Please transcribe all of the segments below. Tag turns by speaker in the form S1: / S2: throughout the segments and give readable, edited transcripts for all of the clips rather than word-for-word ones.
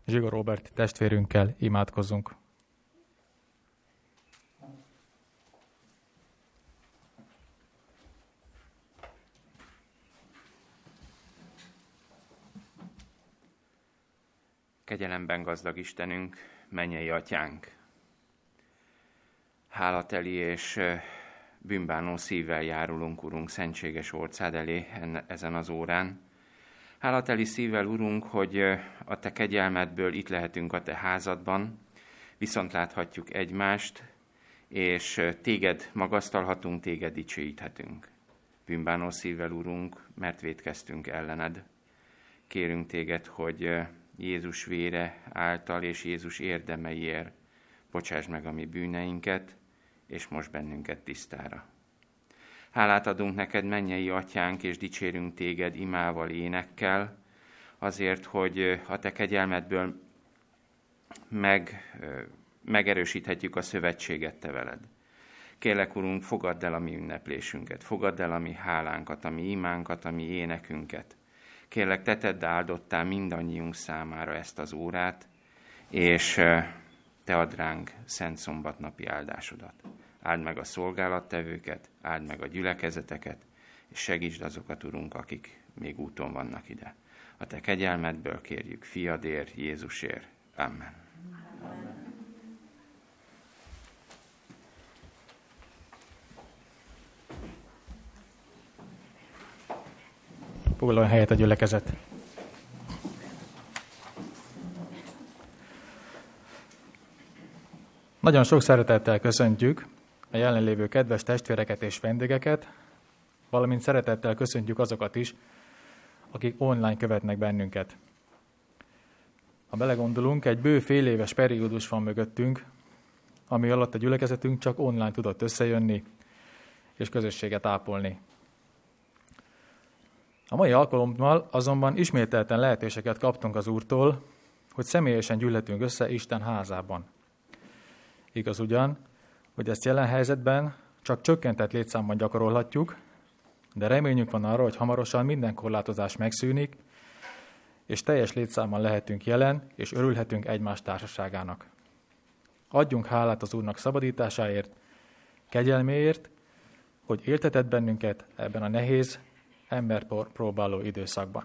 S1: Zsigó Róbert testvérünkkel imádkozzunk.
S2: Kegyelemben gazdag Istenünk, mennyei atyánk, hálateli és bűnbánó szívvel járulunk, Urunk, szentséges orcád elé ezen az órán. Hálateli szívvel, Urunk, hogy a Te kegyelmedből itt lehetünk a Te házadban, viszont láthatjuk egymást, és Téged magasztalhatunk, Téged dicsőíthetünk. Bűnbánó szívvel, Urunk, mert vétkeztünk ellened. Kérünk Téged, hogy Jézus vére által és Jézus érdemeiért bocsásd meg a mi bűneinket, és most bennünket tisztára. Hálát adunk neked, mennyei atyánk, és dicsérünk téged imával, énekkel, azért, hogy a te kegyelmedből megerősíthetjük a szövetséget te veled. Kérlek, Urunk, fogadd el a mi ünneplésünket, fogadd el a mi hálánkat, a mi imánkat, a mi énekünket. Kérlek, te tedd áldottá mindannyiunk számára ezt az órát, és te add ránk szent szombatnapi áldásodat. Áld meg a szolgálattevőket, áld meg a gyülekezeteket, és segítsd azokat, Urunk, akik még úton vannak ide. A te kegyelmedből kérjük, fiadért, Jézusért. Amen.
S1: Foglaljon helyet a gyülekezet. Nagyon sok szeretettel köszöntjük a jelenlévő kedves testvéreket és vendégeket, valamint szeretettel köszöntjük azokat is, akik online követnek bennünket. Ha belegondolunk, egy bő fél éves periódus van mögöttünk, ami alatt a gyülekezetünk csak online tudott összejönni és közösséget ápolni. A mai alkalommal azonban ismételten lehetőséget kaptunk az Úrtól, hogy személyesen gyűlhetünk össze Isten házában. Igaz ugyan, hogy ezt jelen helyzetben csak csökkentett létszámban gyakorolhatjuk, de reményünk van arra, hogy hamarosan minden korlátozás megszűnik, és teljes létszámban lehetünk jelen, és örülhetünk egymás társaságának. Adjunk hálát az Úrnak szabadításáért, kegyelméért, hogy éltetett bennünket ebben a nehéz, emberpróbáló időszakban.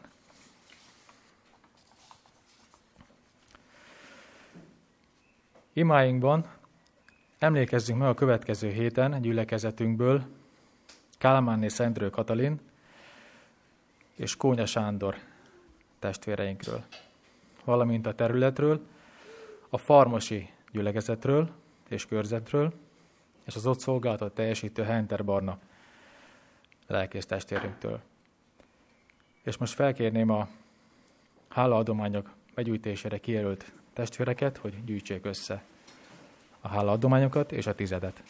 S1: Imáinkban emlékezzünk meg a következő héten gyülekezetünkből Kálmánné Szendrő Katalin és Kónya Sándor testvéreinkről, valamint a területről, a farmosi gyülekezetről és körzetről, és az ott szolgálatot teljesítő Henter Barna lelkész testvérünktől. És most felkérném a hálaadományok begyűjtésére kijelölt testvéreket, hogy gyűjtsék össze a hálaadományokat és a tizedet.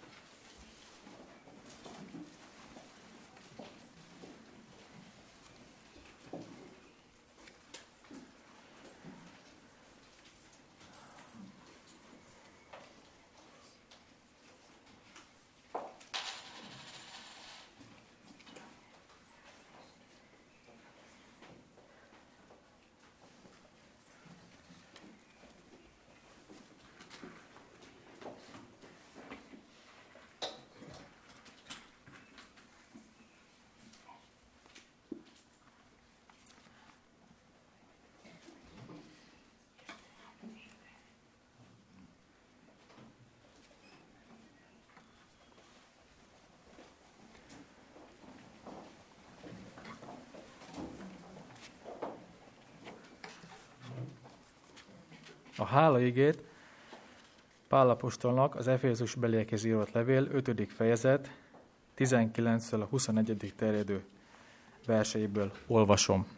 S1: A hálaigét Pál apostolnak az Efézus beliekhez írott levél 5. fejezet 19-től a 21. terjedő verseiből olvasom.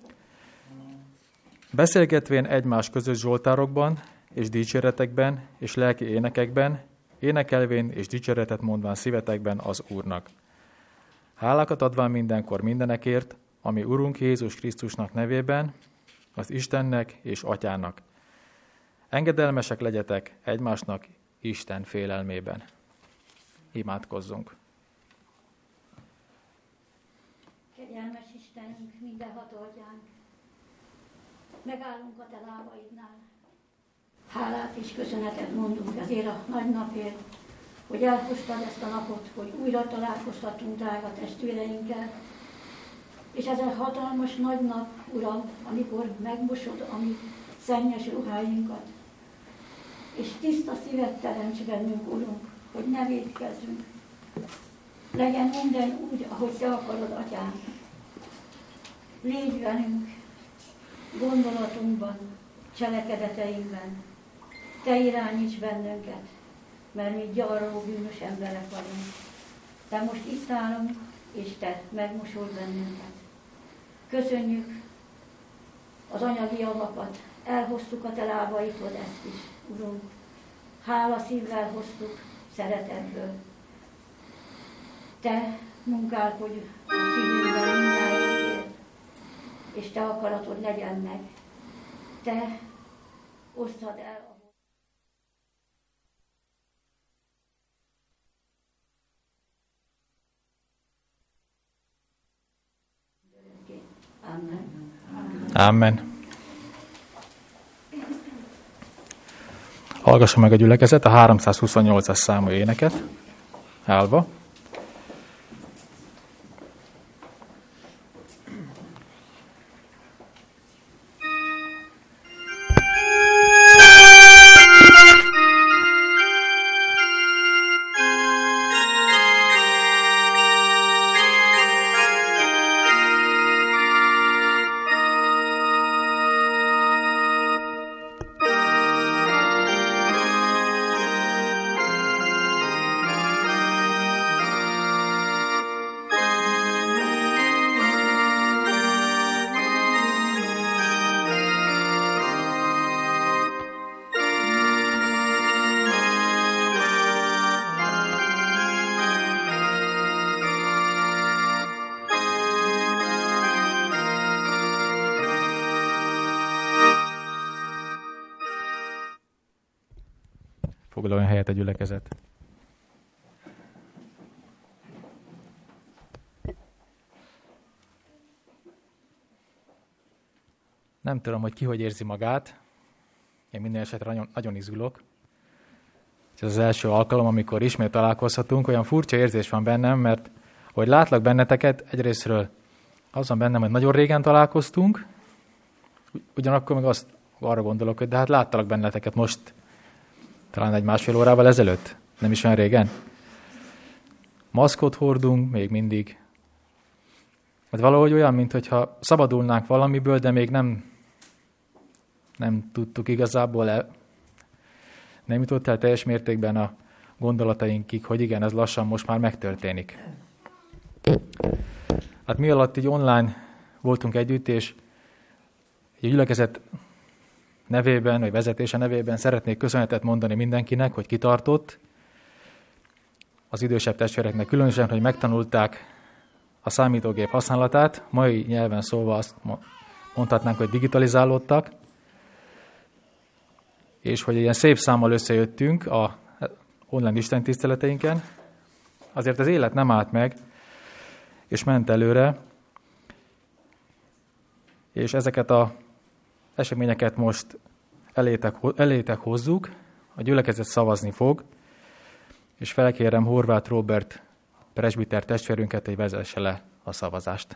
S1: Beszélgetvén egymás között zsoltárokban és dicséretekben és lelki énekekben, énekelvén és dicséretet mondván szívetekben az Úrnak. Hálákat adván mindenkor mindenekért, ami Urunk Jézus Krisztusnak nevében, az Istennek és Atyának. Engedelmesek legyetek egymásnak Isten félelmében. Imádkozzunk.
S3: Kegyelmes Istenünk, mindenható Atyánk, Megállunk a te lábaidnál. Hálát és köszönetet mondunk ezért a nagy napért, hogy elhoztad ezt a napot, hogy újra találkozhatunk drága testvéreinkkel. És ez a hatalmas nagy nap, Uram, amikor megmosod a mi szennyes ruháinkat, és tiszta szívet teremts bennünk, Urunk, hogy ne vétkezzünk. Legyen minden úgy, ahogy te akarod, Atyám. Légy velünk gondolatunkban, cselekedeteinkben. Te irányíts bennünket, mert mi gyarló, bűnös emberek vagyunk. De most itt állunk, és te megmosol bennünket. Köszönjük az anyagi javakat, elhoztuk a te lábaidhoz ezt is, Urunk. Hála szívvel hoztuk, szeretetből. Te munkálkodj a szívünkben mindjárt, és te akaratod legyen meg. Te osztad el. Amen.
S1: Amen. Hallgassa meg a gyülekezet a 328-as számú éneket, állva. Foglaljon helyet a gyülekezet. Nem tudom, hogy ki hogy érzi magát. Én minden esetre nagyon, nagyon izgulok. Ez az első alkalom, amikor ismét találkozhatunk. Olyan furcsa érzés van bennem, mert ahogy látlak benneteket, egyrésztről az van bennem, hogy nagyon régen találkoztunk, ugyanakkor meg arra gondolok, hogy de hát láttalak benneteket most, talán egy másfél órával ezelőtt, nem is olyan régen. Maszkot hordunk még mindig. Hát valahogy olyan, mintha szabadulnánk valamiből, de még nem tudtuk igazából, nem jutott el teljes mértékben a gondolatainkig, hogy igen, ez lassan most már megtörténik. Hát mi alatt így online voltunk együtt, és egy gyülekezet nevében, vagy vezetése nevében szeretnék köszönetet mondani mindenkinek, hogy kitartott. Az idősebb testvéreknek különösen, hogy megtanulták a számítógép használatát. Mai nyelven szólva azt mondhatnánk, hogy digitalizálódtak. És hogy ilyen szép számmal összejöttünk a online istentiszteleteinken. Azért az élet nem állt meg, és ment előre. És ezeket az eseményeket most elétek hozzuk, a gyülekezet szavazni fog, és felkérem Horváth Róbert presbiter testvérünket, hogy vezesse le a szavazást.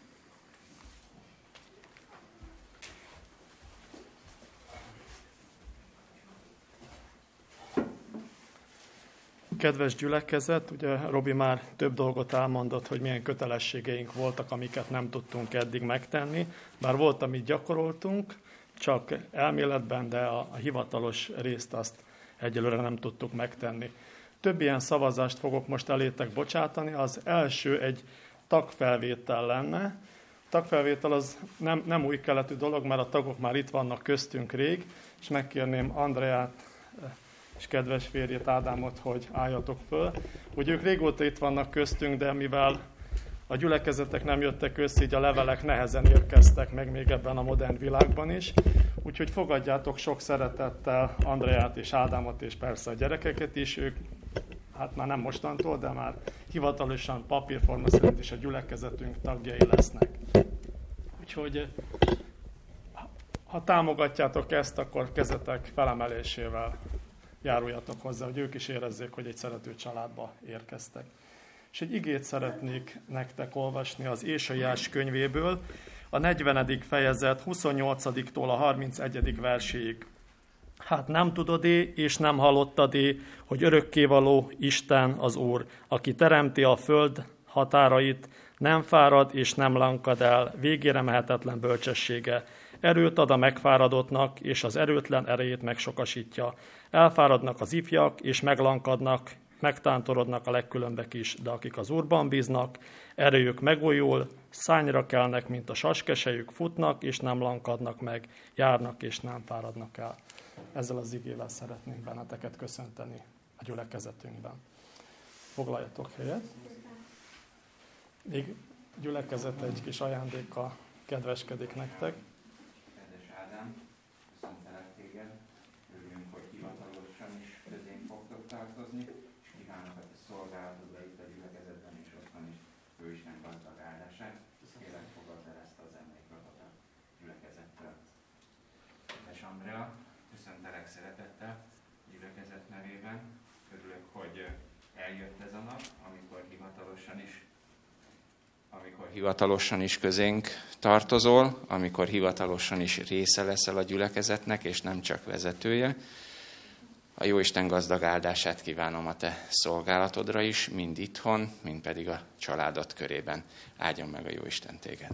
S4: Kedves gyülekezet, ugye Robi már több dolgot elmondott, hogy milyen kötelességeink voltak, amiket nem tudtunk eddig megtenni. Bár volt, amit gyakoroltunk, csak elméletben, de a hivatalos részt azt egyelőre nem tudtuk megtenni. Több ilyen szavazást fogok most elétek bocsátani. Az első egy tagfelvétel lenne. A tagfelvétel az nem új keletű dolog, mert a tagok már itt vannak köztünk rég, és megkérném Andreát és kedves férjét, Ádámot, hogy álljatok föl. Ugye ők régóta itt vannak köztünk, de mivel a gyülekezetek nem jöttek össze, így a levelek nehezen érkeztek meg még ebben a modern világban is. Úgyhogy fogadjátok sok szeretettel Andreát és Ádámot, és persze a gyerekeket is. Ők hát már nem mostantól, de már hivatalosan papírforma szerint is a gyülekezetünk tagjai lesznek. Úgyhogy Ha támogatjátok ezt, akkor kezetek felemelésével járuljatok hozzá, hogy ők is érezzék, hogy egy szerető családba érkeztek. És egy igét szeretnék nektek olvasni az Ézsaiás könyvéből, a 40. fejezet 28-tól a 31. verséig. Hát nem tudod-é, és nem hallottad-é, hogy örökkévaló Isten az Úr, aki teremti a föld határait, nem fárad és nem lankad el, végére mehetetlen bölcsessége. Erőt ad a megfáradottnak, és az erőtlen erejét megsokasítja. Elfáradnak az ifjak, és meglankadnak, megtántorodnak a legkülönbek is, de akik az Úrban bíznak, erejük megújul, szányra kelnek, mint a saskesejük, futnak, és nem lankadnak meg, járnak, és nem fáradnak el. Ezzel az igével szeretnénk benneteket köszönteni a gyülekezetünkben. Foglaljatok helyet. Még gyülekezet egy kis ajándékkal kedveskedik nektek.
S2: Kedves Ádám, köszöntelek téged, örülünk, hogy hivatalosan is közénk fogtok tartozni, és kívánok a te szolgálatodra itt a gyülekezetben és otthon is Jóisten gazdag áldását. Kérlek, fogadd el ezt az emlékiratot a gyülekezettől. Kedves Andrea, köszöntelek szeretettel a gyülekezet nevében. Örülök, hogy eljött ez a nap, amikor hivatalosan is közénk tartozol, amikor hivatalosan is része leszel a gyülekezetnek, és nem csak vezetője. A Jóisten gazdag áldását kívánom a te szolgálatodra is, mind itthon, mind pedig a családod körében. Áldjon meg a Jóisten téged!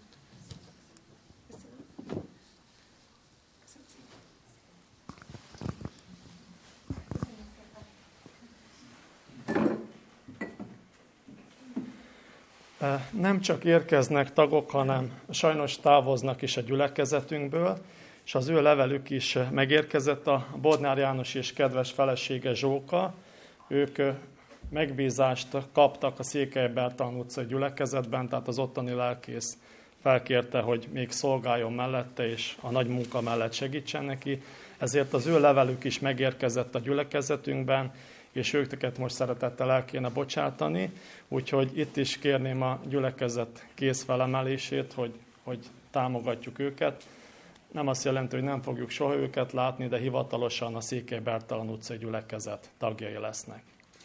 S4: Nem csak érkeznek tagok, hanem sajnos távoznak is a gyülekezetünkből, és az ő levelük is megérkezett, a Bodnár János és kedves felesége Zsóka. Ők megbízást kaptak a Székely Bertalan utcai gyülekezetben, tehát az ottani lelkész felkérte, hogy még szolgáljon mellette, és a nagy munka mellett segítsen neki. Ezért az ő levelük is megérkezett a gyülekezetünkben, és őket most szeretettel el kéne bocsátani, úgyhogy itt is kérném a gyülekezet kész felemelését, hogy támogatjuk őket. Nem azt jelenti, hogy nem fogjuk soha őket látni, de hivatalosan a Székely Bertalan utcai gyülekezet tagjai lesznek.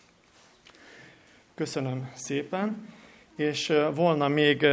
S4: Köszönöm szépen, és volna még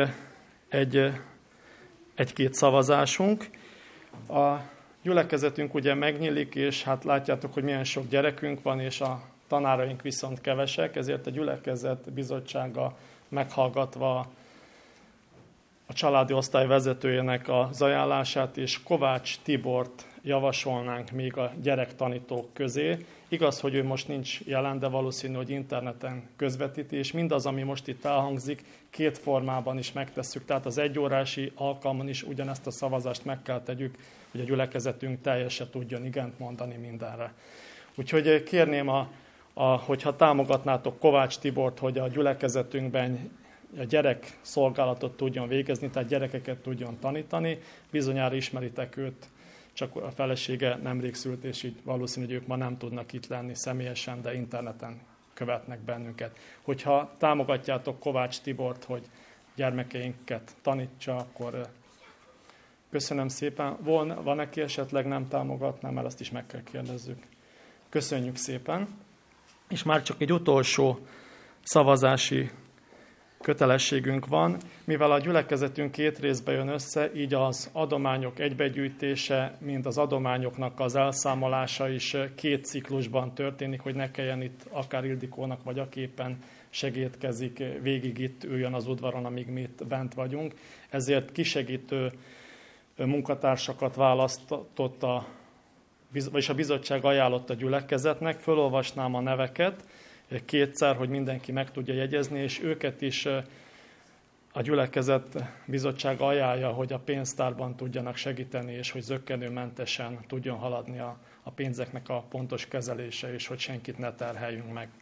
S4: egy-két szavazásunk. A gyülekezetünk ugye megnyílik, és hát látjátok, hogy milyen sok gyerekünk van, és a tanáraink viszont kevesek, ezért a gyülekezet bizottsága meghallgatva a családi osztály vezetőjének az ajánlását, és Kovács Tibort javasolnánk még a gyerektanítók közé. Igaz, hogy ő most nincs jelen, de valószínű, hogy interneten közvetíti, és mindaz, ami most itt elhangzik, két formában is megtesszük. Tehát az egyórási alkalmon is ugyanezt a szavazást meg kell tegyük, hogy a gyülekezetünk teljesen tudjon igent mondani mindenre. Úgyhogy kérném, hogyha támogatnátok Kovács Tibort, hogy a gyülekezetünkben a gyerek szolgálatot tudjon végezni, tehát gyerekeket tudjon tanítani. Bizonyára ismeritek őt, csak a felesége nemrég szült, és így valószínű, hogy ők ma nem tudnak itt lenni személyesen, de interneten követnek bennünket. Hogyha támogatjátok Kovács Tibort, hogy gyermekeinket tanítsa, akkor köszönöm szépen. Van neki esetleg nem támogatná, mert azt is meg kell kérdezzük. Köszönjük szépen. És már csak egy utolsó szavazási kötelességünk van, mivel a gyülekezetünk két részbe jön össze, így az adományok egybegyűjtése, mint az adományoknak az elszámolása is két ciklusban történik, hogy ne kelljen itt akár Ildikónak, vagy aki éppen segítkezik, végig itt üljön az udvaron, amíg mi itt bent vagyunk. Ezért kisegítő munkatársakat választott vagyis a bizottság ajánlott a gyülekezetnek. Fölolvasnám a neveket kétszer, hogy mindenki meg tudja jegyezni, és őket is a gyülekezet bizottság ajánlja, hogy a pénztárban tudjanak segíteni, és hogy zökkenőmentesen tudjon haladni a pénzeknek a pontos kezelése, és hogy senkit ne terheljünk meg.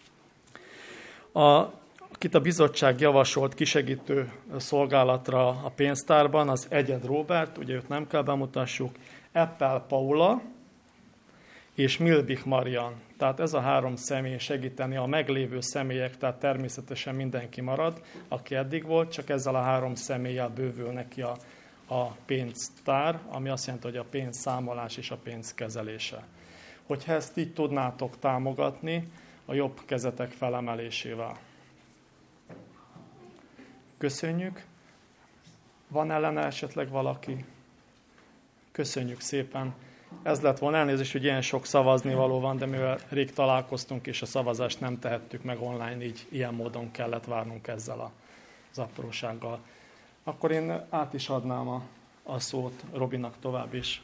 S4: Akit a bizottság javasolt kisegítő szolgálatra a pénztárban, az Egyed Róbert, ugye őt nem kell bemutassuk, Eppel Paula és Milbich Marian. Tehát ez a három személy segíteni, a meglévő személyek, tehát természetesen mindenki marad, aki eddig volt, csak ezzel a három személlyel bővül neki a pénztár, ami azt jelenti, hogy a pénzszámolás és a pénz kezelése. Hogyha ezt így tudnátok támogatni, a jobb kezetek felemelésével. Köszönjük. Van ellene esetleg valaki? Köszönjük szépen. Ez lett volna, elnézést, hogy ilyen sok szavazni való van, de mivel rég találkoztunk, és a szavazást nem tehettük meg online, így ilyen módon kellett várnunk ezzel az aprósággal. Akkor én át is adnám a szót Robinak tovább is.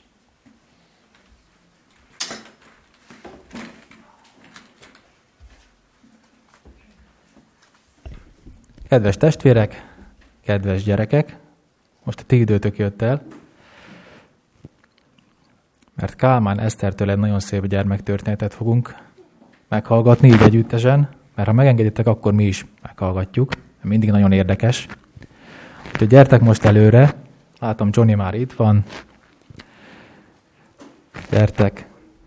S1: Kedves testvérek, kedves gyerekek, most a ti időtök jött el, mert Kálmán Esztertől egy nagyon szép gyermektörténetet fogunk meghallgatni így együttesen, mert ha megengeditek, akkor mi is meghallgatjuk, mindig nagyon érdekes. Úgyhogy gyertek most előre, látom Johnny már itt van, gyertek.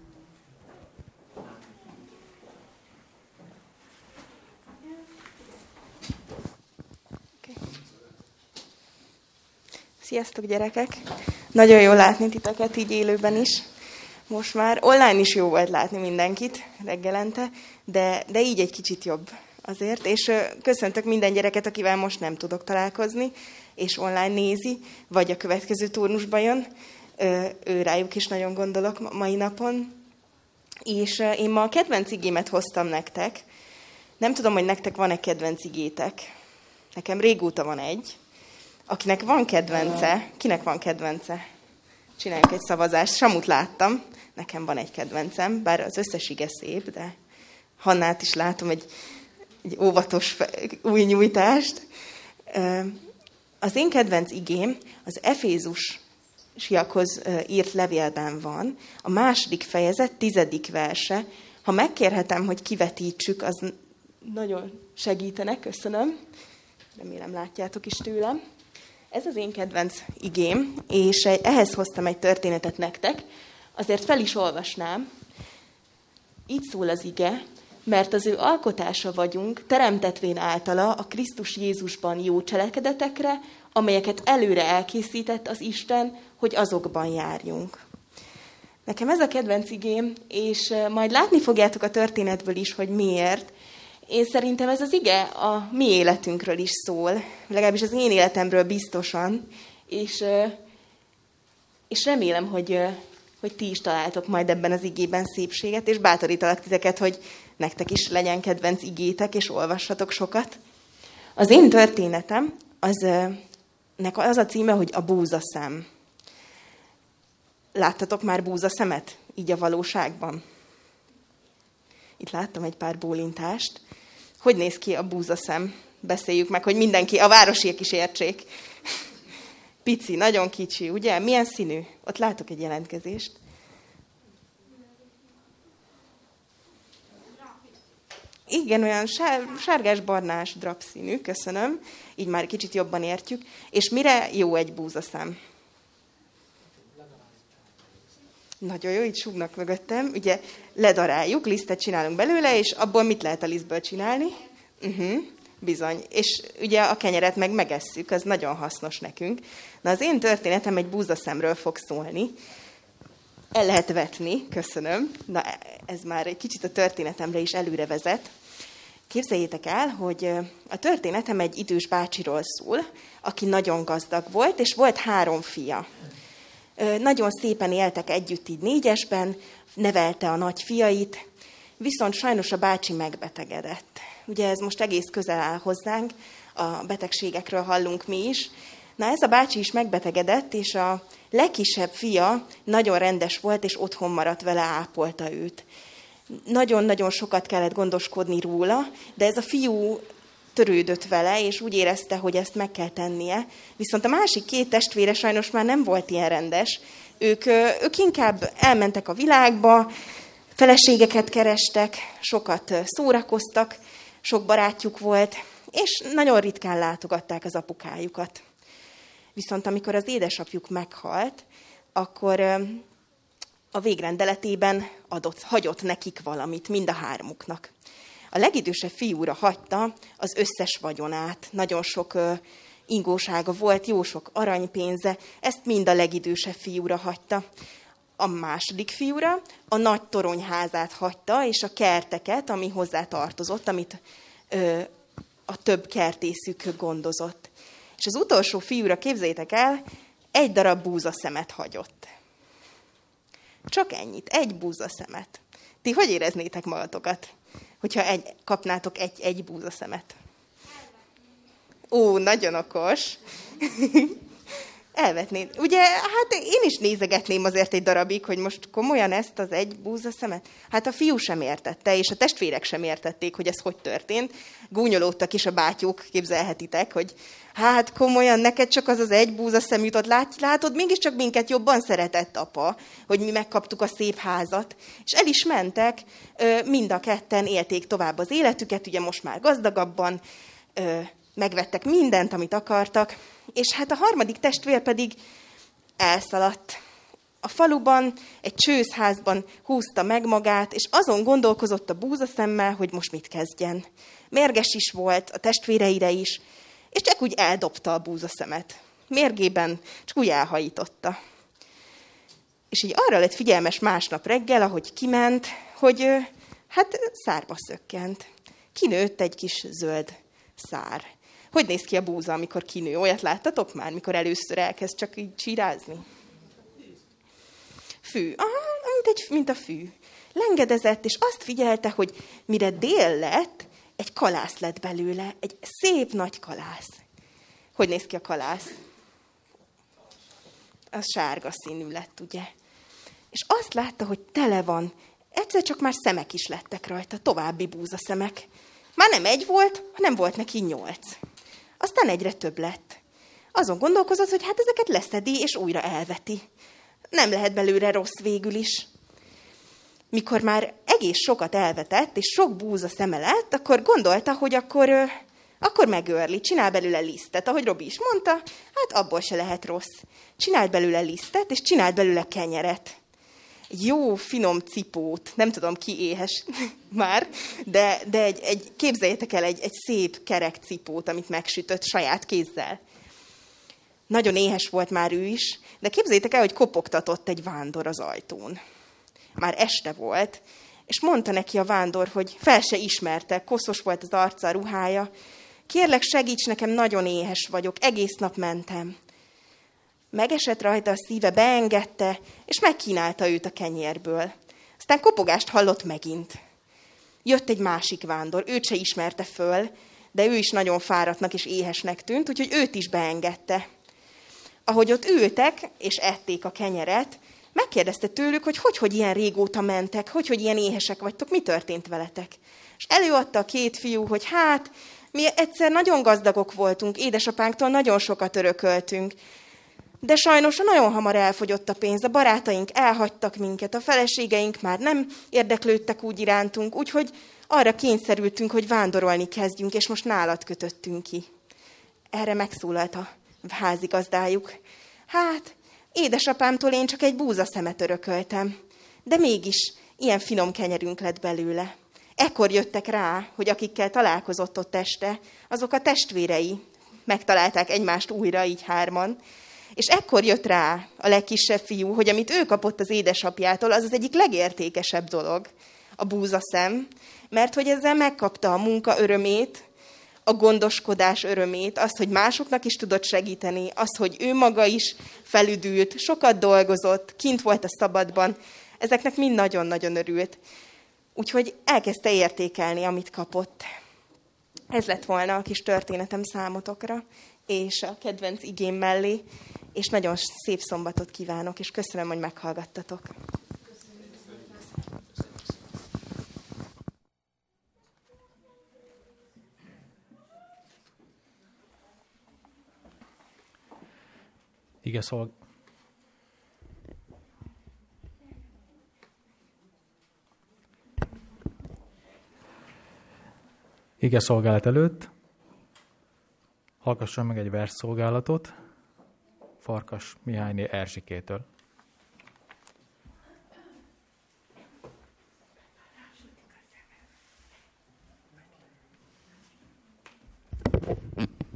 S5: Sziasztok gyerekek! Nagyon jó látni titeket így élőben is. Most már online is jó volt látni mindenkit reggelente, de így egy kicsit jobb azért. És köszöntök minden gyereket, akivel most nem tudok találkozni, és online nézi, vagy a következő turnusba jön. Ő rájuk is nagyon gondolok mai napon. És én ma a kedvenc igémet hoztam nektek. Nem tudom, hogy nektek van-e kedvenc igétek. Nekem régóta van egy. Akinek van kedvence, kinek van kedvence? Csináljunk egy szavazást. Samut láttam, nekem van egy kedvencem, bár az összes ige szép, de Hannát is látom egy óvatos új nyújtást. Az én kedvenc igém az Efézusiakhoz írt levélben van, a 2. fejezet 10. verse. Ha megkérhetem, hogy kivetítsük, az nagyon segítene, köszönöm. Remélem látjátok is tőlem. Ez az én kedvenc igém, és ehhez hoztam egy történetet nektek, azért fel is olvasnám. Így szól az ige, mert az ő alkotása vagyunk, teremtetvén általa a Krisztus Jézusban jó cselekedetekre, amelyeket előre elkészített az Isten, hogy azokban járjunk. Nekem ez a kedvenc igém, és majd látni fogjátok a történetből is, hogy miért. Én szerintem ez az ige a mi életünkről is szól, legalábbis az én életemről biztosan, és remélem, hogy ti is találtok majd ebben az igében szépséget, és bátorítalak titeket, hogy nektek is legyen kedvenc igétek, és olvassatok sokat. Az én történetem, az a címe, hogy a búzaszem. Láttatok már búzaszemet így a valóságban? Itt láttam egy pár bólintást. Hogy néz ki a búzaszem? Beszéljük meg, hogy mindenki, a városiak is értsék. Pici, nagyon kicsi, ugye? Milyen színű? Ott látok egy jelentkezést. Igen, olyan sárgás-barnás drapszínű, köszönöm. Így már kicsit jobban értjük. És mire jó egy búzaszem? Nagyon jó, így súgnak mögöttem. Ugye ledaráljuk, lisztet csinálunk belőle, és abból mit lehet a lisztből csinálni? Bizony. És ugye a kenyeret meg megesszük, az nagyon hasznos nekünk. Na, az én történetem egy búzaszemről fog szólni. El lehet vetni, köszönöm. Na, ez már egy kicsit a történetemre is előre vezet. Képzeljétek el, hogy a történetem egy idős bácsiról szól, aki nagyon gazdag volt, és volt 3 fia. Nagyon szépen éltek együtt így 4-esben, nevelte a nagyfiait, viszont sajnos a bácsi megbetegedett. Ugye ez most egész közel áll hozzánk, a betegségekről hallunk mi is. Na, ez a bácsi is megbetegedett, és a legkisebb fia nagyon rendes volt, és otthon maradt vele, ápolta őt. Nagyon-nagyon sokat kellett gondoskodni róla, de ez a fiú törődött vele, és úgy érezte, hogy ezt meg kell tennie. Viszont a másik 2 testvére sajnos már nem volt ilyen rendes. Ők inkább elmentek a világba, feleségeket kerestek, sokat szórakoztak, sok barátjuk volt, és nagyon ritkán látogatták az apukájukat. Viszont amikor az édesapjuk meghalt, akkor a végrendeletében hagyott nekik valamit, mind a 3-uknak. A legidősebb fiúra hagyta az összes vagyonát, nagyon sok ingósága volt, jó sok aranypénze, ezt mind a legidősebb fiúra hagyta. A második fiúra a nagy toronyházát hagyta, és a kerteket, ami hozzá tartozott, amit a több kertészük gondozott. És az utolsó fiúra, képzeljétek el, egy darab búzaszemet hagyott. Csak ennyit, egy búzaszemet. Ti hogy éreznétek magatokat, hogyha kapnátok egy búzaszemet? Ó, nagyon okos. Elvetnéd. Ugye, hát én is nézegetném azért egy darabig, hogy most komolyan ezt az egy búzaszemet. Hát a fiú sem értette, és a testvérek sem értették, hogy ez hogy történt. Gúnyolódtak is a bátyók, képzelhetitek, hogy hát komolyan, neked csak az egy búzaszem jutott. Látod, mégiscsak minket jobban szeretett apa, hogy mi megkaptuk a szép házat. És el is mentek, mind a ketten élték tovább az életüket, ugye most már gazdagabban, megvettek mindent, amit akartak, és hát a harmadik testvér pedig elszaladt. A faluban, egy csőszházban húzta meg magát, és azon gondolkozott a búzaszemmel, hogy most mit kezdjen. Mérges is volt a testvéreire is, és csak úgy eldobta a búzaszemet. Mérgében csak úgy elhajította. És így arra lett figyelmes másnap reggel, ahogy kiment, hogy hát szárba szökkent. Kinőtt egy kis zöld szár. Hogy néz ki a búza, amikor kinő? Olyat láttatok már, mikor először elkezd csak így csirázni? Fű. Aha, mint a fű. Lengedezett, és azt figyelte, hogy mire dél lett, egy kalász lett belőle. Egy szép nagy kalász. Hogy néz ki a kalász? Az sárga színű lett, ugye? És azt látta, hogy tele van. Egyszer csak már szemek is lettek rajta, további búzaszemek. Már nem egy volt, hanem volt neki 8. Aztán egyre több lett. Azon gondolkozott, hogy hát ezeket leszedi, és újra elveti. Nem lehet belőle rossz végül is. Mikor már egész sokat elvetett, és sok búza szeme lett, akkor gondolta, hogy akkor megőrli, csinál belőle lisztet. Ahogy Robi is mondta, hát abból se lehet rossz. Csinált belőle lisztet, és csinált belőle kenyeret. Jó, finom cipót, nem tudom, ki éhes már, de képzeljétek el egy szép kerek cipót, amit megsütött saját kézzel. Nagyon éhes volt már ő is, de képzeljétek el, hogy kopogtatott egy vándor az ajtón. Már este volt, és mondta neki a vándor, hogy fel se ismerte, koszos volt az arca, a ruhája. Kérlek, segíts nekem, nagyon éhes vagyok, egész nap mentem. Megesett rajta a szíve, beengedte, és megkínálta őt a kenyérből. Aztán kopogást hallott megint. Jött egy másik vándor, őt se ismerte föl, de ő is nagyon fáradtnak és éhesnek tűnt, úgyhogy őt is beengedte. Ahogy ott ültek, és ették a kenyeret, megkérdezte tőlük, hogy ilyen régóta mentek, hogy ilyen éhesek vagytok, mi történt veletek. És előadta a 2 fiú, hogy hát, mi egyszer nagyon gazdagok voltunk, édesapánktól nagyon sokat örököltünk, de sajnos nagyon hamar elfogyott a pénz, a barátaink elhagytak minket, a feleségeink már nem érdeklődtek úgy irántunk, úgyhogy arra kényszerültünk, hogy vándorolni kezdjünk, és most nálad kötöttünk ki. Erre megszólalt a házigazdájuk. Hát, édesapámtól én csak egy búzaszemet örököltem, de mégis ilyen finom kenyerünk lett belőle. Ekkor jöttek rá, hogy akikkel találkozott ott este, azok a testvérei. Megtalálták egymást újra, így 3-an. És ekkor jött rá a legkisebb fiú, hogy amit ő kapott az édesapjától, az az egyik legértékesebb dolog, a búzaszem, mert hogy ezzel megkapta a munka örömét, a gondoskodás örömét, azt, hogy másoknak is tudott segíteni, azt, hogy ő maga is felüdült, sokat dolgozott, kint volt a szabadban, ezeknek mind nagyon-nagyon örült. Úgyhogy elkezdte értékelni, amit kapott. Ez lett volna a kis történetem számotokra, és a kedvenc igém mellé, és nagyon szép szombatot kívánok, és köszönöm, hogy meghallgattatok.
S1: Ige szolgálat előtt hallgasson meg egy versszolgálatot Farkas Mihályné Erzsikétől.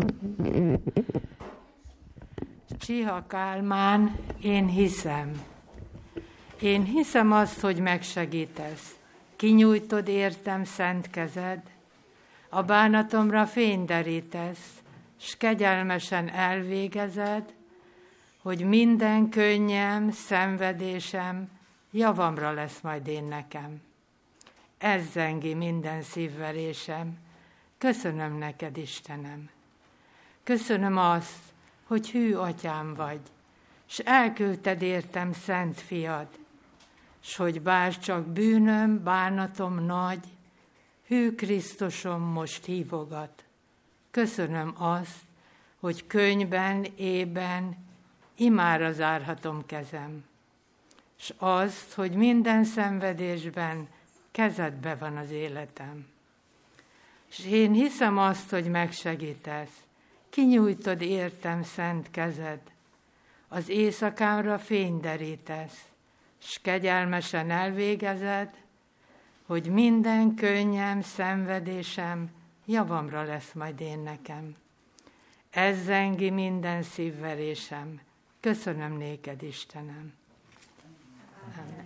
S6: Csiha Kálmán, én hiszem. Én hiszem azt, hogy megsegítesz. Kinyújtod értem szent kezed, a bánatomra fényderítesz, s kegyelmesen elvégezed, hogy minden könnyem, szenvedésem javamra lesz majd én nekem. Ez zengi minden szívverésem. Köszönöm neked, Istenem. Köszönöm azt, hogy hű atyám vagy, s elküldted értem szent fiad, s hogy bár csak bűnöm, bánatom nagy, hű Krisztusom most hívogat. Köszönöm azt, hogy könyben, ében imára zárhatom kezem, s azt, hogy minden szenvedésben kezedbe van az életem. És én hiszem azt, hogy megsegítesz, kinyújtod értem szent kezed, az éjszakámra fényderítesz, s kegyelmesen elvégezed, hogy minden könnyem, szenvedésem javamra lesz majd én nekem. Ez zengi minden szívverésem. Köszönöm néked, Istenem. Amen.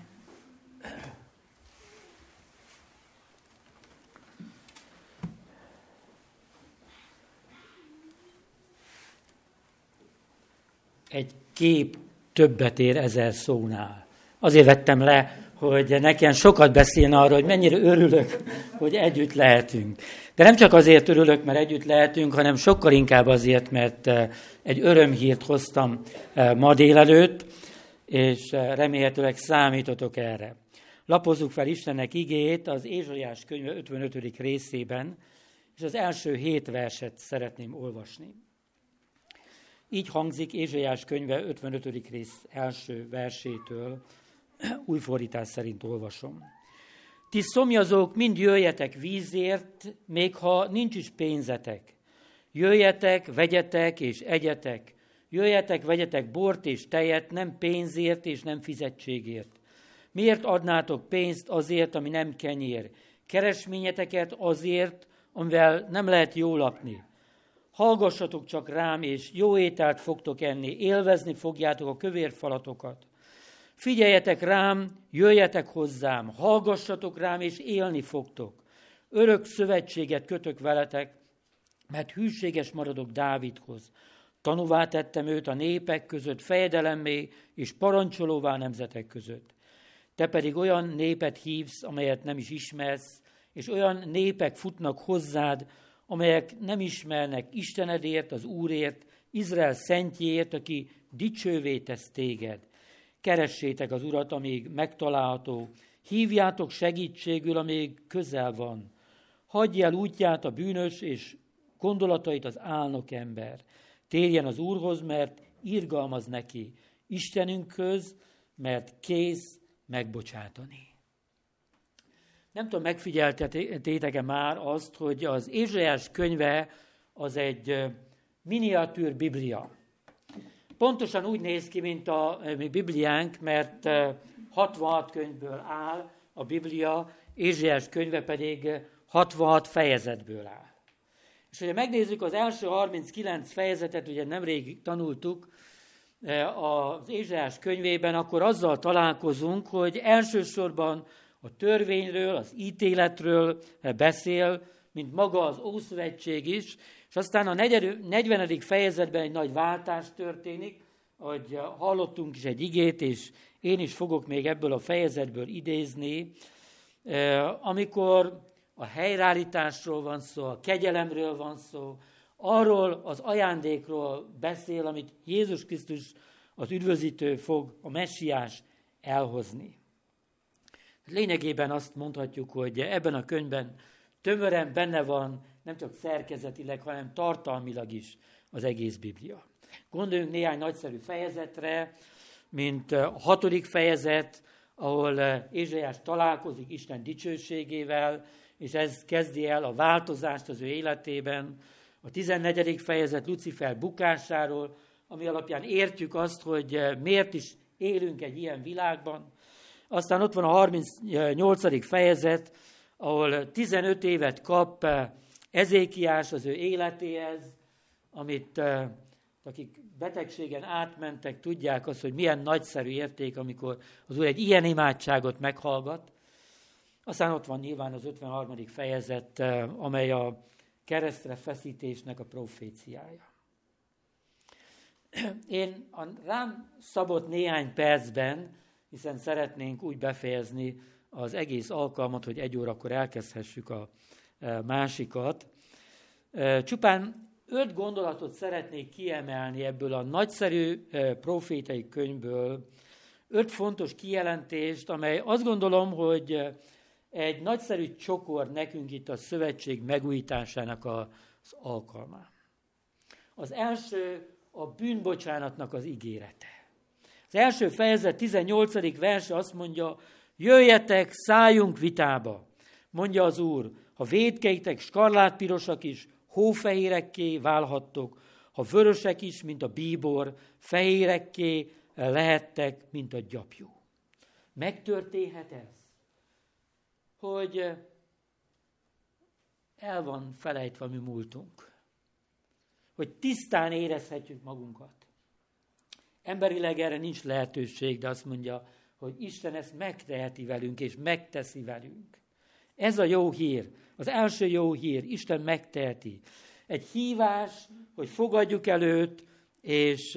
S7: Egy kép többet ér 1000 szónál. Azért vettem le, hogy nekem sokat beszélne arról, hogy mennyire örülök, hogy együtt lehetünk. De nem csak azért örülök, mert együtt lehetünk, hanem sokkal inkább azért, mert egy örömhírt hoztam ma délelőtt, és remélhetőleg számítotok erre. Lapozzuk fel Istennek igéjét az Ézsaiás könyve 55. részében, és az első 7 verset szeretném olvasni. Így hangzik Ézsaiás könyve 55. rész első versétől, új fordítás szerint olvasom. Ti szomjazók, mind jöjjetek vízért, még ha nincs is pénzetek. Jöjjetek, vegyetek és egyetek. Jöjjetek, vegyetek bort és tejet, nem pénzért és nem fizetségért. Miért adnátok pénzt azért, ami nem kenyér? Keresményeteket azért, amivel nem lehet jól lakni. Hallgassatok csak rám, és jó ételt fogtok enni, élvezni fogjátok a kövér falatokat. Figyeljetek rám, jöjjetek hozzám, hallgassatok rám, és élni fogtok. Örök szövetséget kötök veletek, mert hűséges maradok Dávidhoz. Tanúvá tettem őt a népek között, fejedelemmé és parancsolóvá nemzetek között. Te pedig olyan népet hívsz, amelyet nem is ismersz, és olyan népek futnak hozzád, amelyek nem ismernek Istenedért, az Úrért, Izrael szentjéért, aki dicsővé tesz téged. Keressétek az Urat, amíg megtalálható, hívjátok segítségül, amíg közel van. Hagyj el útját a bűnös, és gondolatait az álnok ember. Térjen az Úrhoz, mert irgalmaz neki, Istenünkhöz, mert kész megbocsátani. Nem tudom, megfigyeltétek-e már azt, hogy az Ézsaiás könyve az egy miniatűr Biblia. Pontosan úgy néz ki, mint a mi Bibliánk, mert 66 könyvből áll a Biblia, Ézsaiás könyve pedig 66 fejezetből áll. És hogyha megnézzük az első 39 fejezetet, ugye nemrég tanultuk az Ézsaiás könyvében, akkor azzal találkozunk, hogy elsősorban a törvényről, az ítéletről beszél, mint maga az Ószövetség is, és aztán a 40. fejezetben egy nagy váltás történik, ahogy hallottunk is egy igét, és én is fogok még ebből a fejezetből idézni, amikor a helyreállításról van szó, a kegyelemről van szó, arról az ajándékról beszél, amit Jézus Krisztus, az üdvözítő fog, a messiás elhozni. Lényegében azt mondhatjuk, hogy ebben a könyvben tömören benne van, nem csak szerkezetileg, hanem tartalmilag is az egész Biblia. Gondoljunk néhány nagyszerű fejezetre, mint a 6. fejezet, ahol Ézsaiás találkozik Isten dicsőségével, és ez kezdi el a változást az ő életében. A 14. fejezet Lucifer bukásáról, ami alapján értjük azt, hogy miért is élünk egy ilyen világban. Aztán ott van a 38. fejezet, ahol 15 évet kap Ezékiás az ő életéhez, amit akik betegségen átmentek, tudják azt, hogy milyen nagyszerű érték, amikor az Úr egy ilyen imádságot meghallgat. Aztán ott van nyilván az 53. fejezet, amely a keresztre feszítésnek a proféciája. Én rám szabott néhány percben, hiszen szeretnénk úgy befejezni az egész alkalmat, hogy 1 órakor elkezdhessük a másikat. Csupán 5 gondolatot szeretnék kiemelni ebből a nagyszerű profétai könyvből, 5 fontos kijelentést, amely azt gondolom, hogy egy nagyszerű csokor nekünk itt a szövetség megújításának az alkalmán. Az első a bűnbocsánatnak az ígérete. Az első fejezet 18. verse azt mondja, jöjjetek, szálljunk vitába, mondja az Úr, ha vétkeitek skarlátpirosak is, hófehérekké válhattok, ha vörösek is, mint a bíbor, fehérekké lehettek, mint a gyapjú. Megtörténhet ez, hogy el van felejtve a mi múltunk, hogy tisztán érezhetjük magunkat. Emberileg erre nincs lehetőség, de azt mondja, hogy Isten ezt megteheti velünk, és megteszi velünk. Ez a jó hír, az első jó hír, Isten megteheti. Egy hívás, hogy fogadjuk el őt, és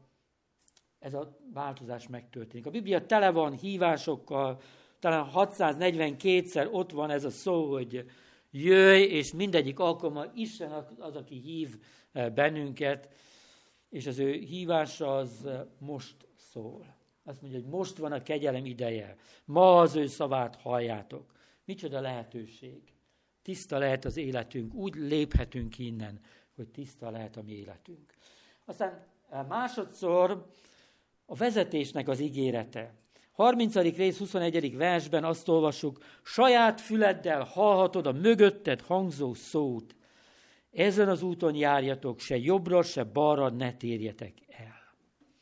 S7: ez a változás megtörténik. A Biblia tele van hívásokkal, talán 642-szer ott van ez a szó, hogy jöjj, és mindegyik alkalommal Isten az, aki hív bennünket, és az ő hívása az most szól. Azt mondja, hogy most van a kegyelem ideje, ma az ő szavát halljátok. Micsoda lehetőség. Tiszta lehet az életünk, úgy léphetünk innen, hogy tiszta lehet a mi életünk. Aztán másodszor a vezetésnek az ígérete. 30. rész 21. versben azt olvassuk, saját füleddel hallhatod a mögötted hangzó szót. Ezen az úton járjatok, se jobbra, se balra ne térjetek el.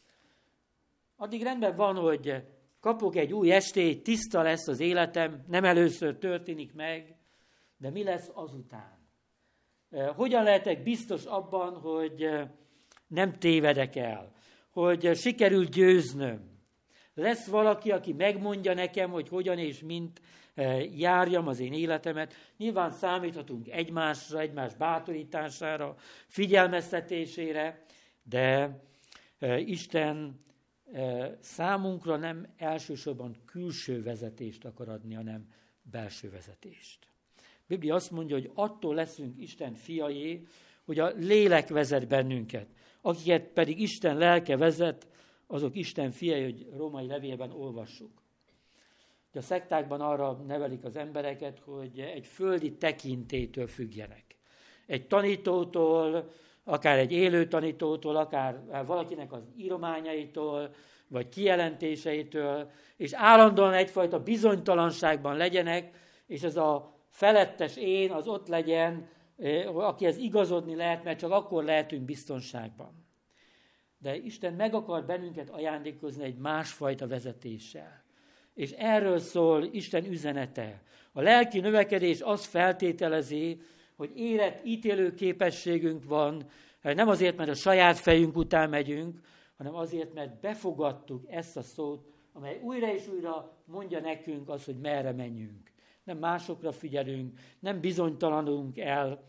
S7: Addig rendben van, hogy kapok egy új estét, tiszta lesz az életem, nem először történik meg, de mi lesz azután? Hogyan lehetek biztos abban, hogy nem tévedek el, hogy sikerül győznöm? Lesz valaki, aki megmondja nekem, hogy hogyan és mint járjam az én életemet. Nyilván számíthatunk egymásra, egymás bátorítására, figyelmeztetésére, de Isten számunkra nem elsősorban külső vezetést akar adni, hanem belső vezetést. A Biblia azt mondja, hogy attól leszünk Isten fiai, hogy a lélek vezet bennünket. Akiket pedig Isten lelke vezet, azok Isten fiai, hogy római levélben olvassuk. A szektákban arra nevelik az embereket, hogy egy földi tekintélytől függjenek. Egy tanítótól, akár egy élő tanítótól, akár valakinek az írományaitól, vagy kijelentéseitől, és állandóan egyfajta bizonytalanságban legyenek, és ez a felettes én az ott legyen, akihez igazodni lehet, mert csak akkor lehetünk biztonságban. De Isten meg akar bennünket ajándékozni egy másfajta vezetéssel. És erről szól Isten üzenete. A lelki növekedés azt feltételezi, hogy érett ítélő képességünk van, nem azért, mert a saját fejünk után megyünk, hanem azért, mert befogadtuk ezt a szót, amely újra és újra mondja nekünk azt, hogy merre menjünk. Nem másokra figyelünk, nem bizonytalanulunk el,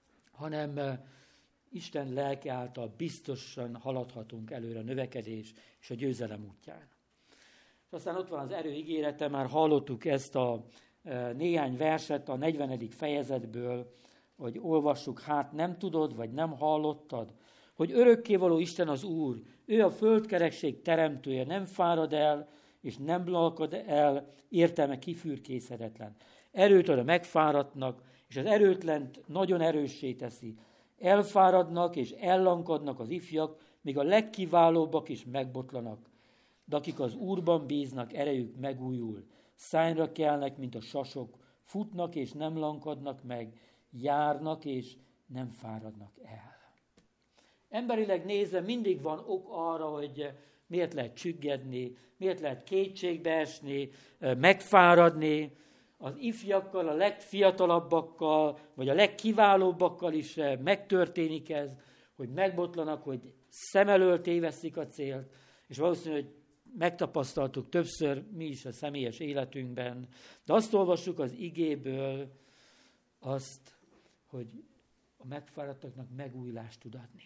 S7: hanem Isten lelke által biztosan haladhatunk előre a növekedés és a győzelem útján. És aztán ott van az erő ígérete, már hallottuk ezt a néhány verset a 40. fejezetből, hogy olvassuk, hát nem tudod, vagy nem hallottad, hogy örökkévaló Isten az Úr, ő a földkerekség teremtője, nem fárad el, és nem lalkad el, értelme kifürkészhetetlen. Erőt ad a megfáradtnak, és az erőtlent nagyon erőssé teszi. Elfáradnak és ellankadnak az ifjak, míg a legkiválóbbak is megbotlanak. De akik az Úrban bíznak, erejük megújul. Szányra kelnek, mint a sasok, futnak és nem lankadnak meg, járnak és nem fáradnak el. Emberileg nézve mindig van ok arra, hogy miért lehet csüggedni, miért lehet kétségbe esni, megfáradni. Az ifjakkal, a legfiatalabbakkal, vagy a legkiválóbbakkal is megtörténik ez, hogy megbotlanak, hogy szem elől tévesztik a célt, és valószínű, hogy megtapasztaltuk többször mi is a személyes életünkben, de azt olvassuk az igéből, azt, hogy a megfáradtaknak megújulást tud adni.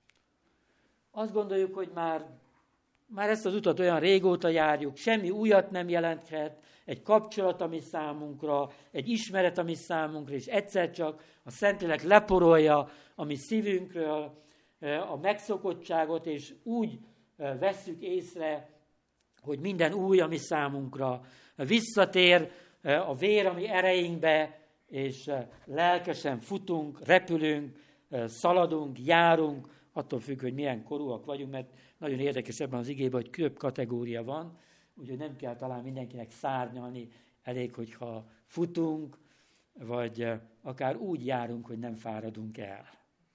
S7: Azt gondoljuk, hogy már ezt az utat olyan régóta járjuk, semmi újat nem jelenthet, egy kapcsolat, ami számunkra, egy ismeret, ami számunkra, és egyszer csak a Szentlélek leporolja a mi szívünkről a megszokottságot, és úgy vesszük észre, hogy minden új, ami számunkra visszatér a vér, ami ereinkbe, és lelkesen futunk, repülünk, szaladunk, járunk, attól függ, hogy milyen korúak vagyunk, mert nagyon érdekes ebben az igében, hogy több kategória van, úgyhogy nem kell talán mindenkinek szárnyalni, elég, hogyha futunk, vagy akár úgy járunk, hogy nem fáradunk el.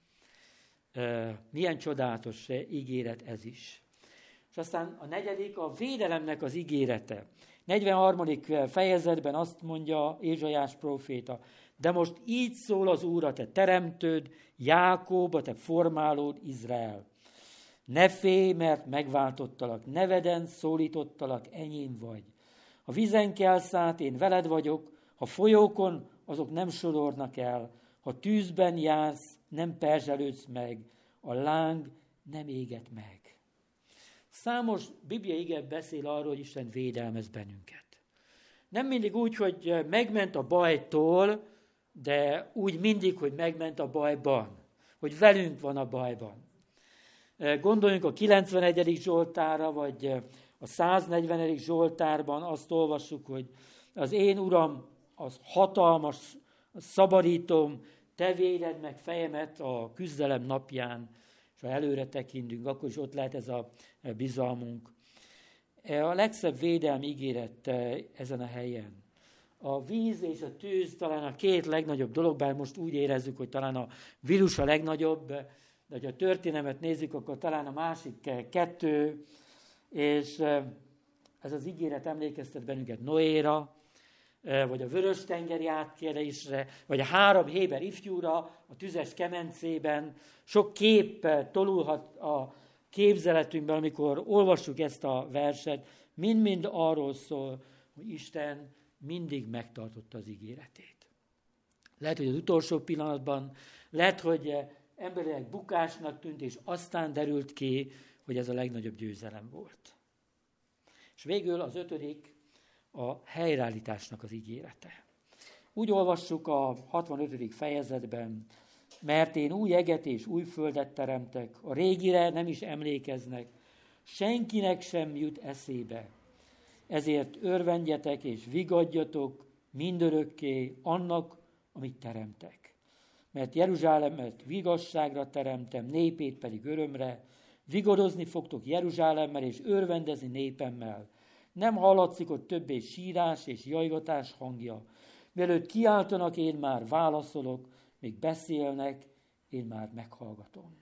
S7: Milyen csodálatos ígéret ez is. És aztán a negyedik, a védelemnek az ígérete. 43. fejezetben azt mondja Ézsaiás próféta, de most így szól az Úr, a te teremtőd, Jákob, a te formálód, Izrael. Ne félj, mert megváltottalak, neveden szólítottalak, enyém vagy. Ha vízen kelsz át, én veled vagyok, ha folyókon, azok nem sodornak el, ha tűzben jársz, nem perzselődsz meg, a láng nem éget meg. Számos bibliai ige beszél arról, hogy Isten védelmez bennünket. Nem mindig úgy, hogy megment a bajtól, de úgy mindig, hogy megment a bajban, hogy velünk van a bajban. Gondoljunk a 91. Zsoltárra, vagy a 140. Zsoltárban azt olvassuk, hogy az én Uram, az hatalmas, szabadítom, te véded meg fejemet a küzdelem napján, és ha előre tekintünk, akkor is ott lehet ez a bizalmunk. A legszebb védelmi ígéret ezen a helyen. A víz és a tűz talán a két legnagyobb dolog, bár most úgy érezzük, hogy talán a vírus a legnagyobb, de ha a történelmet nézzük, akkor talán a másik kettő, és ez az ígéret emlékeztet bennünket Noéra, vagy a Vörös-tengeri átkelésre, vagy a 3 héber ifjúra a tüzes kemencében. Sok kép tolulhat a képzeletünkben, amikor olvassuk ezt a verset, mind-mind arról szól, hogy Isten mindig megtartotta az ígéretét. Lehet, hogy az utolsó pillanatban, lehet, hogy emberileg bukásnak tűnt, és aztán derült ki, hogy ez a legnagyobb győzelem volt. És végül az 5. a helyreállításnak az ígérete. Úgy olvassuk a 65. fejezetben, mert én új eget és új földet teremtek, a régire nem is emlékeznek, senkinek sem jut eszébe. Ezért örvendjetek és vigadjatok mindörökké annak, amit teremtek. Mert Jeruzsálemet vigasságra teremtem, népét pedig örömre, vigadozni fogtok Jeruzsálemmel és örvendezni népemmel. Nem hallatszik ott többé sírás és jajgatás hangja. Mielőtt kiáltanak, én már válaszolok, még beszélnek, én már meghallgatom.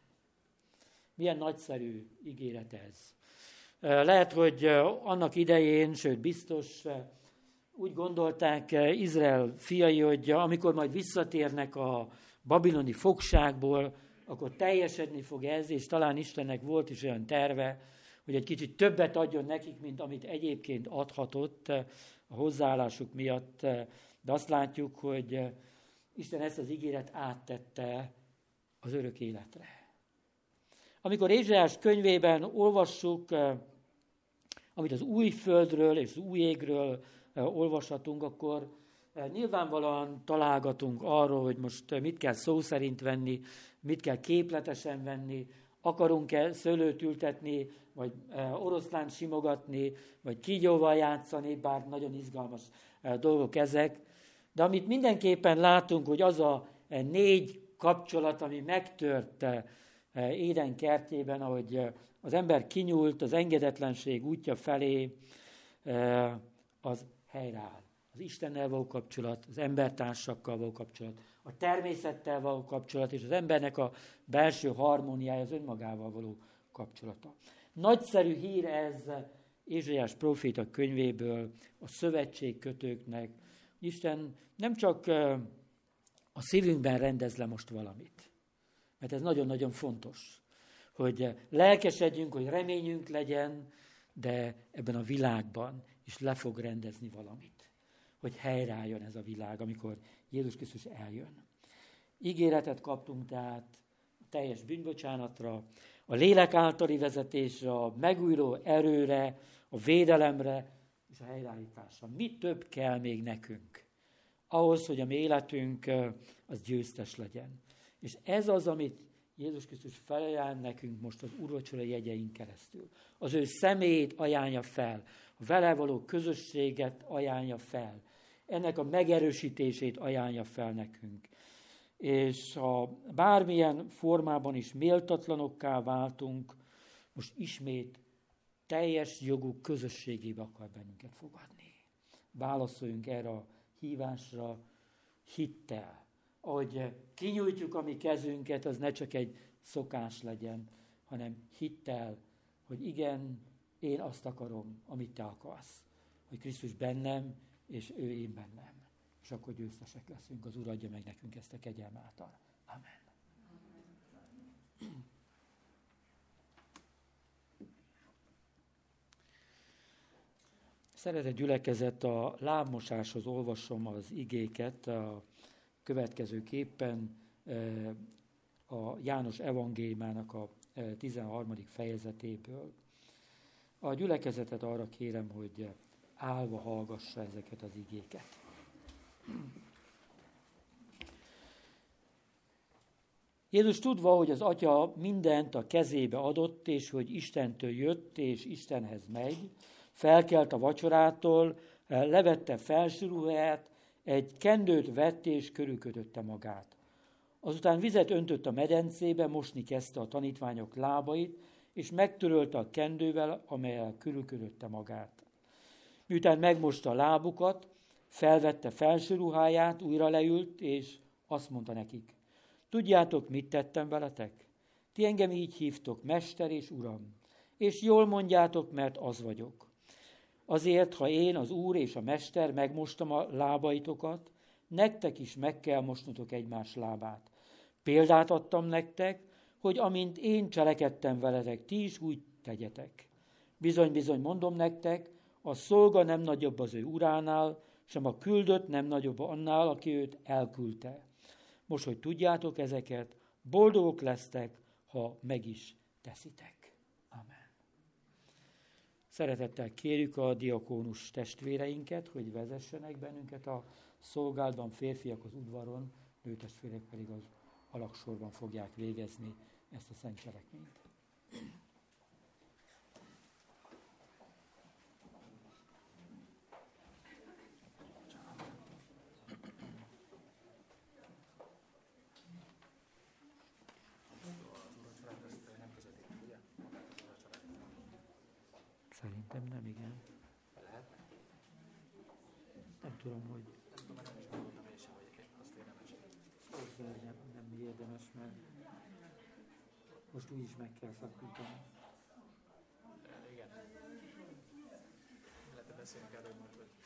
S7: Milyen nagyszerű ígéret ez. Lehet, hogy annak idején, sőt biztos úgy gondolták Izrael fiai, hogy amikor majd visszatérnek a babiloni fogságból, akkor teljesedni fog ez, és talán Istennek volt is olyan terve, hogy egy kicsit többet adjon nekik, mint amit egyébként adhatott a hozzáállásuk miatt. De azt látjuk, hogy Isten ezt az ígéret áttette az örök életre. Amikor Ézsaiás könyvében olvassuk, amit az új földről és az új égről olvashatunk, akkor nyilvánvalóan találgatunk arról, hogy most mit kell szó szerint venni, mit kell képletesen venni, akarunk-e szőlőt ültetni, vagy oroszlánt simogatni, vagy kígyóval játszani, bár nagyon izgalmas dolgok ezek. De amit mindenképpen látunk, hogy az a 4 kapcsolat, ami megtört Éden kertjében, ahogy az ember kinyúlt az engedetlenség útja felé, az helyreáll. Az Istennel való kapcsolat, az embertársakkal való kapcsolat, a természettel való kapcsolat, és az embernek a belső harmóniája, az önmagával való kapcsolata. Nagyszerű hír ez Ézsaiás próféta könyvéből a szövetségkötőknek. Isten nem csak a szívünkben rendez le most valamit, Mert ez nagyon-nagyon fontos, hogy lelkesedjünk, hogy reményünk legyen, de ebben a világban is le fog rendezni valamit. Hogy helyreálljon ez a világ, amikor Jézus Krisztus eljön. Ígéretet kaptunk tehát a teljes bűnbocsánatra, a lélek általi vezetésre, a megújuló erőre, a védelemre és a helyreállításra. Mi több kell még nekünk? Ahhoz, hogy a mi életünk az győztes legyen. És ez az, amit Jézus Krisztus felajánl nekünk most az úrvacsora jegyeink keresztül. Az ő személyét ajánlja fel, a vele való közösséget ajánlja fel, ennek a megerősítését ajánlja fel nekünk. És ha bármilyen formában is méltatlanokká váltunk, most ismét teljes jogú közösségébe akar bennünket fogadni. Válaszoljunk erre a hívásra hittel. Ahogy kinyújtjuk a mi kezünket, az ne csak egy szokás legyen, hanem hittel, hogy igen, én azt akarom, amit te akarsz. Hogy Krisztus bennem, és ő én bennem. És akkor győztesek leszünk. Az Úr adja meg nekünk ezt a kegyelm által. Amen. Szeretett gyülekezet, a lábmosáshoz olvasom az igéket a következőképpen a János evangéliumának a 13. fejezetéből. A gyülekezetet arra kérem, hogy állva hallgassa ezeket az igéket. Jézus tudva, hogy az Atya mindent a kezébe adott, és hogy Istentől jött, és Istenhez megy, felkelt a vacsorától, levette felsőruháját, egy kendőt vett, és körülködötte magát. Azután vizet öntött a medencébe, mosni kezdte a tanítványok lábait, és megtörölte a kendővel, amellyel körülködötte magát. Miután megmosta a lábukat, felvette felsőruháját, újra leült, és azt mondta nekik: tudjátok, mit tettem veletek? Ti engem így hívtok, Mester és Uram, és jól mondjátok, mert az vagyok. Azért, ha én, az Úr és a Mester, megmostam a lábaitokat, nektek is meg kell mosnotok egymás lábát. Példát adtam nektek, hogy amint én cselekedtem veletek, ti is úgy tegyetek. Bizony-bizony mondom nektek, a szolga nem nagyobb az ő uránál, sem a küldött nem nagyobb annál, aki őt elküldte. Most, hogy tudjátok ezeket, boldogok lesztek, ha meg is teszitek. Amen. Szeretettel kérjük a diakónus testvéreinket, hogy vezessenek bennünket a szolgálatban, férfiak az udvaron, nőtestvérek pedig az alaksorban fogják végezni ezt a szent cselekményt. Szerintem nem, igen.
S1: Lehet?
S7: Nem tudom, hogy...
S1: Nem tudom, nem is gondoltam én sem, hogy azt érdemes.
S7: Nem érdemes, mert most úgy is meg kell szakítani.
S1: Igen. Lehet beszélni erről, hogy